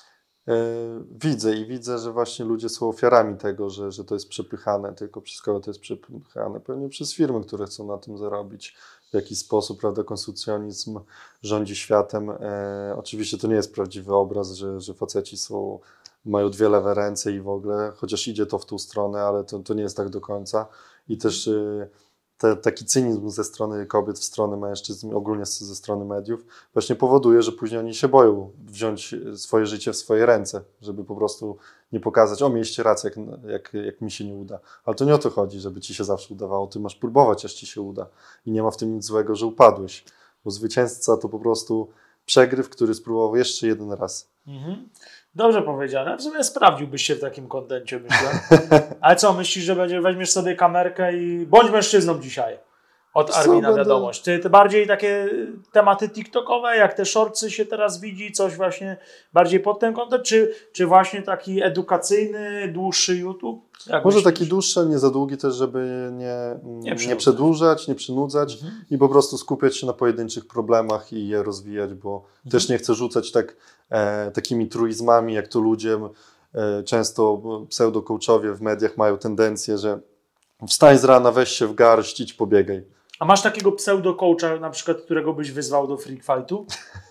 Widzę, że właśnie ludzie są ofiarami tego, że to jest przepychane, tylko przez kogo to jest przepychane? Pewnie przez firmy, które chcą na tym zarobić. W jaki sposób, prawda, konsumpcjonizm rządzi światem. Oczywiście to nie jest prawdziwy obraz, że faceci mają dwie lewe ręce i w ogóle, chociaż idzie to w tą stronę, ale to nie jest tak do końca. I też taki cynizm ze strony kobiet w stronę mężczyzn, ogólnie ze strony mediów, właśnie powoduje, że później oni się boją wziąć swoje życie w swoje ręce, żeby po prostu nie pokazać, o mieliście rację, jak mi się nie uda. Ale to nie o to chodzi, żeby ci się zawsze udawało. Ty masz próbować, aż ci się uda. I nie ma w tym nic złego, że upadłeś. Bo zwycięzca to po prostu przegryw, który spróbował jeszcze jeden raz. Mhm. Dobrze powiedziane. W sumie sprawdziłbyś się w takim kontencie, myślę. Ale co, myślisz, że weźmiesz sobie kamerkę i bądź mężczyzną dzisiaj? Od Armii na wiadomość. Ty bardziej takie tematy TikTokowe, jak te shortsy się teraz widzi, coś właśnie bardziej pod ten kątem, czy właśnie taki edukacyjny, dłuższy YouTube? Jak Może myślisz? taki dłuższy, nie za długi też, żeby nie przedłużać, nie przynudzać i po prostu skupiać się na pojedynczych problemach i je rozwijać, bo też nie chcę rzucać takimi truizmami, jak to ludzie często pseudo-coachowie w mediach mają tendencję, że wstań z rana, weź się w garść, idź pobiegaj. A masz takiego pseudo-coacha, na przykład, którego byś wyzwał do freak fightu?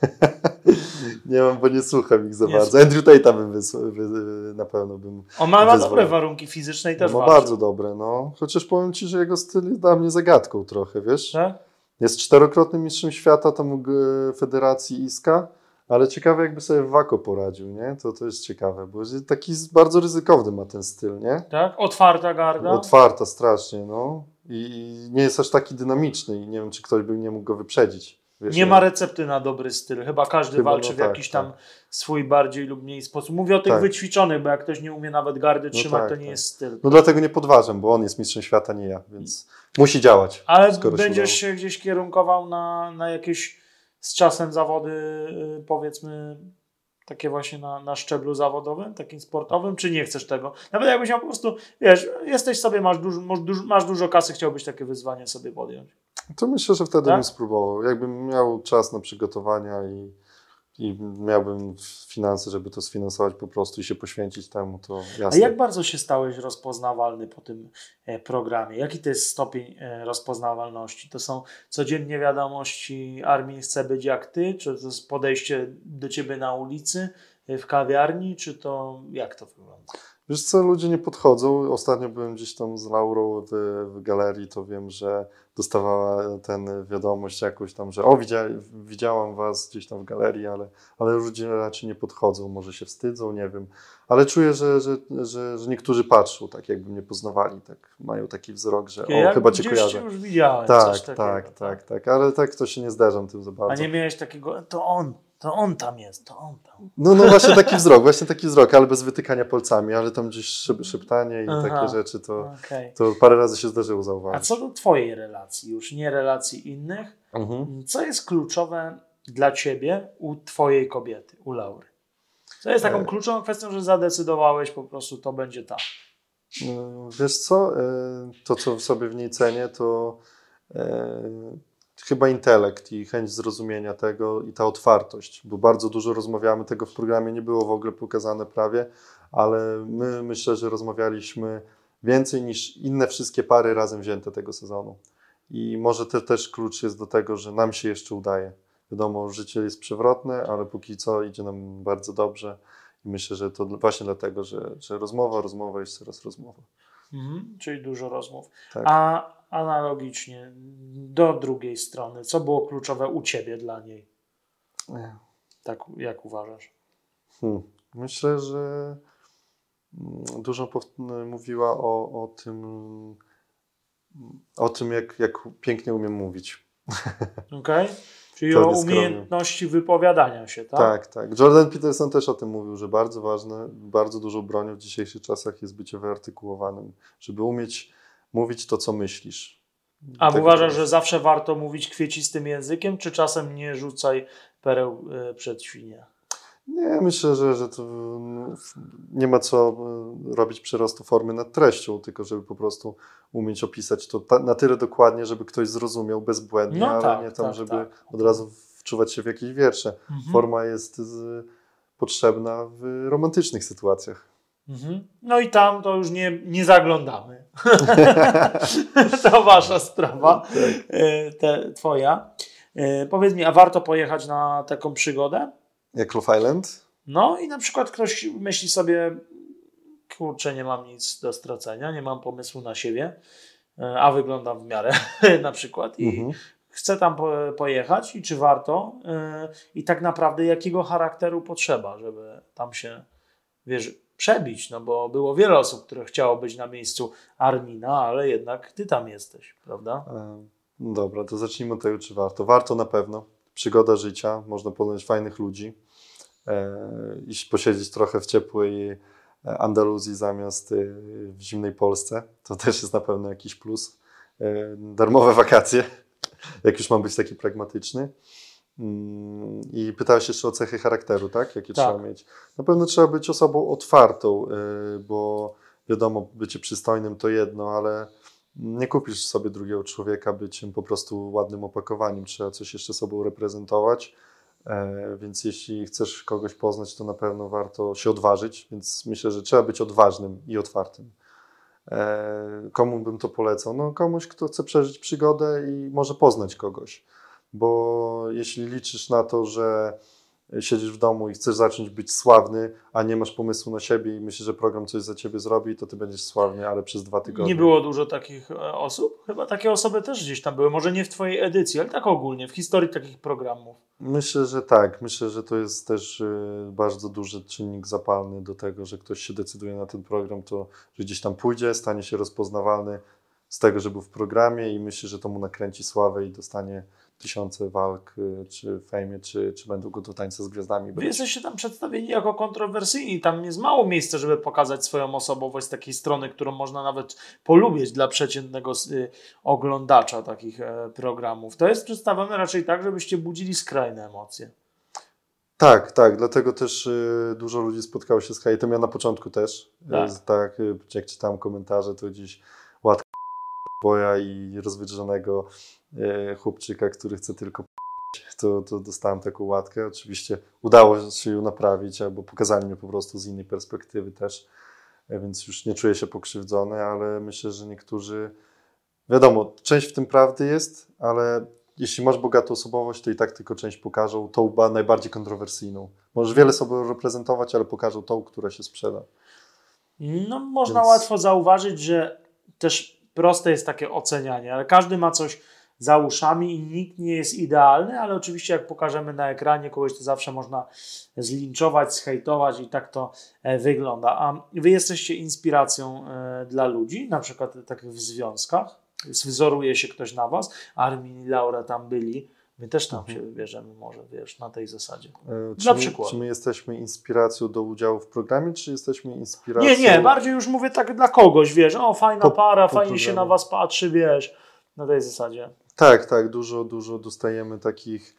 Nie mam, bo nie słucham ich za bardzo. Andrew Tate'a na pewno bym On ma dobre warunki fizyczne i też ma bardzo dobre, no. Chociaż powiem ci, że jego styl jest dla mnie zagadką trochę, wiesz? Tak? Jest 4-krotnym mistrzem świata tam Federacji ISKA, ale ciekawe jakby sobie w Wako poradził, nie? To jest ciekawe, bo taki bardzo ryzykowny ma ten styl, nie? Tak? Otwarta garda? Otwarta strasznie, no. I nie jest aż taki dynamiczny i nie wiem, czy ktoś by nie mógł go wyprzedzić. Wiesz, nie ma recepty na dobry styl. Chyba każdy walczy w jakiś tam swój bardziej lub mniej sposób. Mówię o tych wyćwiczonych, bo jak ktoś nie umie nawet gardy trzymać, to nie jest styl. No dlatego nie podważam, bo on jest mistrzem świata, nie ja, więc musi działać. Ale będziesz się gdzieś kierunkował na jakieś z czasem zawody, powiedzmy, takie właśnie na szczeblu zawodowym, takim sportowym, czy nie chcesz tego? Nawet jakbyś miał po prostu, wiesz, jesteś sobie, masz dużo kasy, chciałbyś takie wyzwanie sobie podjąć. To myślę, że wtedy bym spróbował. Jakbym miał czas na przygotowania i miałbym finanse, żeby to sfinansować po prostu i się poświęcić temu, to jasne. A jak bardzo się stałeś rozpoznawalny po tym programie? Jaki to jest stopień rozpoznawalności? To są codziennie wiadomości, Armin chce być jak ty? Czy to jest podejście do ciebie na ulicy, w kawiarni? Czy to jak to wygląda? Wiesz co, ludzie nie podchodzą. Ostatnio byłem gdzieś tam z Laurą w galerii, to wiem, że dostawała tę wiadomość jakąś tam, że widziałam was gdzieś tam w galerii, ale ludzie raczej nie podchodzą, może się wstydzą, nie wiem. Ale czuję, że niektórzy patrzą, tak jakby mnie poznawali, tak mają taki wzrok, że chyba cię kojarzę. Już widziałem tak, coś takiego. Tak, ale tak to się nie zderzam tym za bardzo. A nie miałeś takiego, to on tam jest, to on tam. No właśnie taki wzrok, ale bez wytykania palcami, ale tam gdzieś szeptanie i takie rzeczy, to parę razy się zdarzyło zauważyć. A co do twojej relacji, już nie relacji innych, co jest kluczowe dla ciebie u twojej kobiety, u Laury? Co jest taką kluczową kwestią, że zadecydowałeś po prostu, to będzie ta? Wiesz co, to co sobie w niej cenię, to chyba intelekt i chęć zrozumienia tego i ta otwartość, bo bardzo dużo rozmawiamy, tego w programie nie było w ogóle pokazane prawie, ale my myślę, że rozmawialiśmy więcej niż inne wszystkie pary razem wzięte tego sezonu. I może też klucz jest do tego, że nam się jeszcze udaje. Wiadomo, życie jest przewrotne, ale póki co idzie nam bardzo dobrze i myślę, że to właśnie dlatego, że rozmowa, jeszcze raz rozmowa. Czyli dużo rozmów. Tak. A analogicznie do drugiej strony, co było kluczowe u ciebie dla niej? Tak jak uważasz? Myślę, że dużo mówiła o tym, jak pięknie umiem mówić. Okej. Czyli o umiejętności wypowiadania się, tak? Tak. Jordan Peterson też o tym mówił, że bardzo ważne, bardzo dużą bronią w dzisiejszych czasach jest bycie wyartykułowanym, żeby umieć mówić to, co myślisz. A uważasz, że zawsze warto mówić kwiecistym językiem, czy czasem nie rzucaj pereł przed świnie? Nie, myślę, że to nie ma co robić przerostu formy nad treścią, tylko żeby po prostu umieć opisać to na tyle dokładnie, żeby ktoś zrozumiał bezbłędnie, ale nie tam, żeby od razu wczuwać się w jakieś wiersze. Forma jest potrzebna w romantycznych sytuacjach. No i tam to już nie zaglądamy. To wasza sprawa, twoja. Powiedz mi, a warto pojechać na taką przygodę? Jak Love Island? No i na przykład ktoś myśli sobie, kurczę, nie mam nic do stracenia, nie mam pomysłu na siebie. a wyglądam w miarę na przykład i chcę tam pojechać i czy warto i tak naprawdę jakiego charakteru potrzeba, żeby tam się, wiesz, przebić, no bo było wiele osób, które chciało być na miejscu Armina, ale jednak ty tam jesteś, prawda? Dobra, to zacznijmy od tego, czy warto. Warto na pewno. Przygoda życia, można poznać fajnych ludzi, iść posiedzieć trochę w ciepłej Andaluzji zamiast w zimnej Polsce. To też jest na pewno jakiś plus. Darmowe wakacje, jak już mam być taki pragmatyczny. I pytałeś jeszcze o cechy charakteru, tak? Jakie trzeba mieć? Na pewno trzeba być osobą otwartą, bo wiadomo, bycie przystojnym to jedno, ale nie kupisz sobie drugiego człowieka byciem po prostu ładnym opakowaniem. Trzeba coś jeszcze sobą reprezentować. Więc jeśli chcesz kogoś poznać, to na pewno warto się odważyć. Więc myślę, że trzeba być odważnym i otwartym. Komu bym to polecał? No komuś, kto chce przeżyć przygodę i może poznać kogoś. Bo jeśli liczysz na to, że siedzisz w domu i chcesz zacząć być sławny, a nie masz pomysłu na siebie i myślisz, że program coś za ciebie zrobi, to ty będziesz sławny, ale przez 2 tygodnie. Nie było dużo takich osób? Chyba takie osoby też gdzieś tam były. Może nie w twojej edycji, ale tak ogólnie, w historii takich programów. Myślę, że tak. Myślę, że to jest też bardzo duży czynnik zapalny do tego, że ktoś się decyduje na ten program, to że gdzieś tam pójdzie, stanie się rozpoznawalny z tego, że był w programie i myślę, że to mu nakręci sławę i dostanie tysiące walk, czy w fejmie, czy będą go do tańca z gwiazdami. Wy jesteście tam przedstawieni jako kontrowersyjni. Tam jest mało miejsca, żeby pokazać swoją osobowość z takiej strony, którą można nawet polubić dla przeciętnego oglądacza takich programów. To jest przedstawione raczej tak, żebyście budzili skrajne emocje. Tak, tak. Dlatego też dużo ludzi spotkało się z hejtem. Ja na początku też. Tak, jak czytałem komentarze, to gdzieś łatka boja i rozwydrzonego chłopczyka, który chce tylko to dostałem taką łatkę. Oczywiście udało się ją naprawić, albo pokazali mnie po prostu z innej perspektywy też, więc już nie czuję się pokrzywdzony, ale myślę, że niektórzy, wiadomo, część w tym prawdy jest, ale jeśli masz bogatą osobowość, to i tak tylko część pokażą, tą najbardziej kontrowersyjną. Możesz wiele sobie reprezentować, ale pokażą tą, która się sprzeda. No, można łatwo zauważyć, że też proste jest takie ocenianie, ale każdy ma coś za uszami i nikt nie jest idealny, ale oczywiście jak pokażemy na ekranie kogoś, to zawsze można zlinczować, zhejtować i tak to wygląda. A wy jesteście inspiracją dla ludzi, na przykład takich w związkach? Wzoruje się ktoś na was? Armin i Laura tam byli. My też tam się wybierzemy może, wiesz, na tej zasadzie. Na przykład. Czy my jesteśmy inspiracją do udziału w programie, czy jesteśmy inspiracją... Nie, bardziej już mówię tak dla kogoś, wiesz, o fajna para, fajnie się na was patrzy, wiesz, na tej zasadzie. Tak, dużo dostajemy takich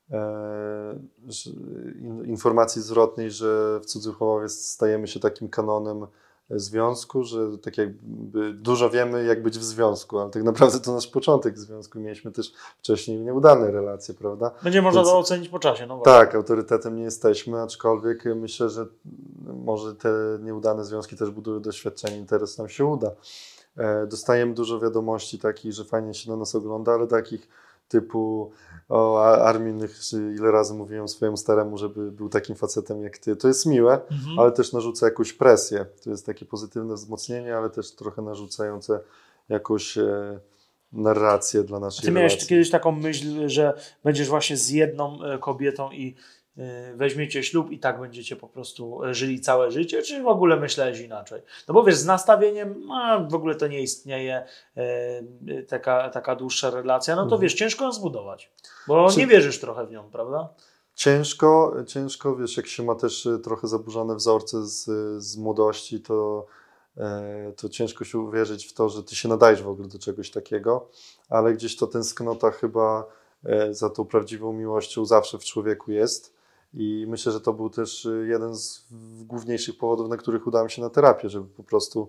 informacji zwrotnej, że w Cudzysłowie stajemy się takim kanonem związku, że tak jakby dużo wiemy, jak być w związku, ale tak naprawdę to nasz początek związku. Mieliśmy też wcześniej nieudane relacje, prawda? Będzie można to ocenić po czasie. No tak, autorytetem nie jesteśmy, aczkolwiek myślę, że może te nieudane związki też budują doświadczenie i teraz nam się uda. Dostajemy dużo wiadomości takich, że fajnie się na nas ogląda, ale takich typu o Armin, ile razy mówiłem swojemu staremu, żeby był takim facetem jak ty. To jest miłe, ale też narzuca jakąś presję. To jest takie pozytywne wzmocnienie, ale też trochę narzucające jakąś narrację dla naszej relacji. Ty miałeś kiedyś taką myśl, że będziesz właśnie z jedną kobietą i weźmiecie ślub i tak będziecie po prostu żyli całe życie, czy w ogóle myślałeś inaczej? No bo wiesz, z nastawieniem w ogóle to nie istnieje taka dłuższa relacja, no to wiesz, ciężko ją zbudować, bo nie wierzysz trochę w nią, prawda? Ciężko, wiesz, jak się ma też trochę zaburzone wzorce z młodości, to ciężko się uwierzyć w to, że ty się nadajesz w ogóle do czegoś takiego, ale gdzieś to tęsknota chyba za tą prawdziwą miłością zawsze w człowieku jest. I myślę, że to był też jeden z główniejszych powodów, na których udałem się na terapię, żeby po prostu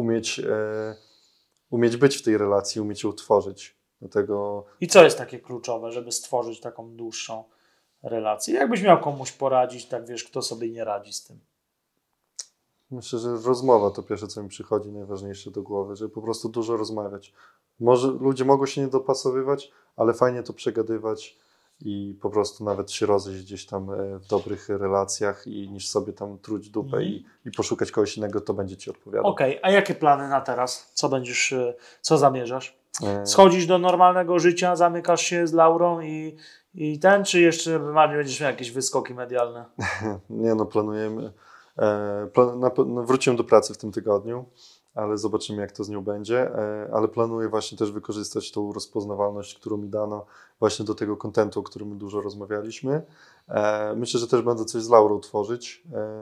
umieć być w tej relacji, umieć ją tworzyć. Dlatego... I co jest takie kluczowe, żeby stworzyć taką dłuższą relację? Jakbyś miał komuś poradzić, tak wiesz, kto sobie nie radzi z tym? Myślę, że rozmowa to pierwsze, co mi przychodzi najważniejsze do głowy, żeby po prostu dużo rozmawiać. Może ludzie mogą się nie dopasowywać, ale fajnie to przegadywać i po prostu nawet się rozejść gdzieś tam w dobrych relacjach i niż sobie tam truć dupę i poszukać kogoś innego, to będzie Ci odpowiadał. Okej, a jakie plany na teraz? Co zamierzasz? Schodzisz do normalnego życia, zamykasz się z Laurą i czy jeszcze będziesz miał jakieś wyskoki medialne? Nie no, planujemy. Wróciłem do pracy w tym tygodniu, ale zobaczymy, jak to z nią będzie. Ale planuję właśnie też wykorzystać tą rozpoznawalność, którą mi dano właśnie do tego kontentu, o którym dużo rozmawialiśmy. Myślę, że też będę coś z Laurą tworzyć,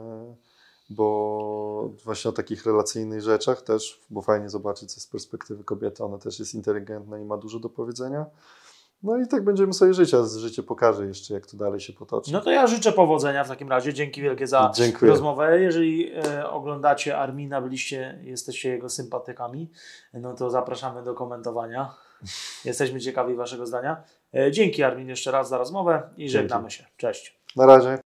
bo właśnie o takich relacyjnych rzeczach też, bo fajnie zobaczyć z perspektywy kobiety, ona też jest inteligentna i ma dużo do powiedzenia. No i tak będziemy sobie żyć, a życie pokaże jeszcze, jak to dalej się potoczy. No to ja życzę powodzenia w takim razie. Dzięki wielkie za rozmowę. Jeżeli oglądacie Armina, jesteście jego sympatykami, no to zapraszamy do komentowania. Jesteśmy ciekawi Waszego zdania. Dzięki Armin jeszcze raz za rozmowę i żegnamy się. Cześć. Na razie.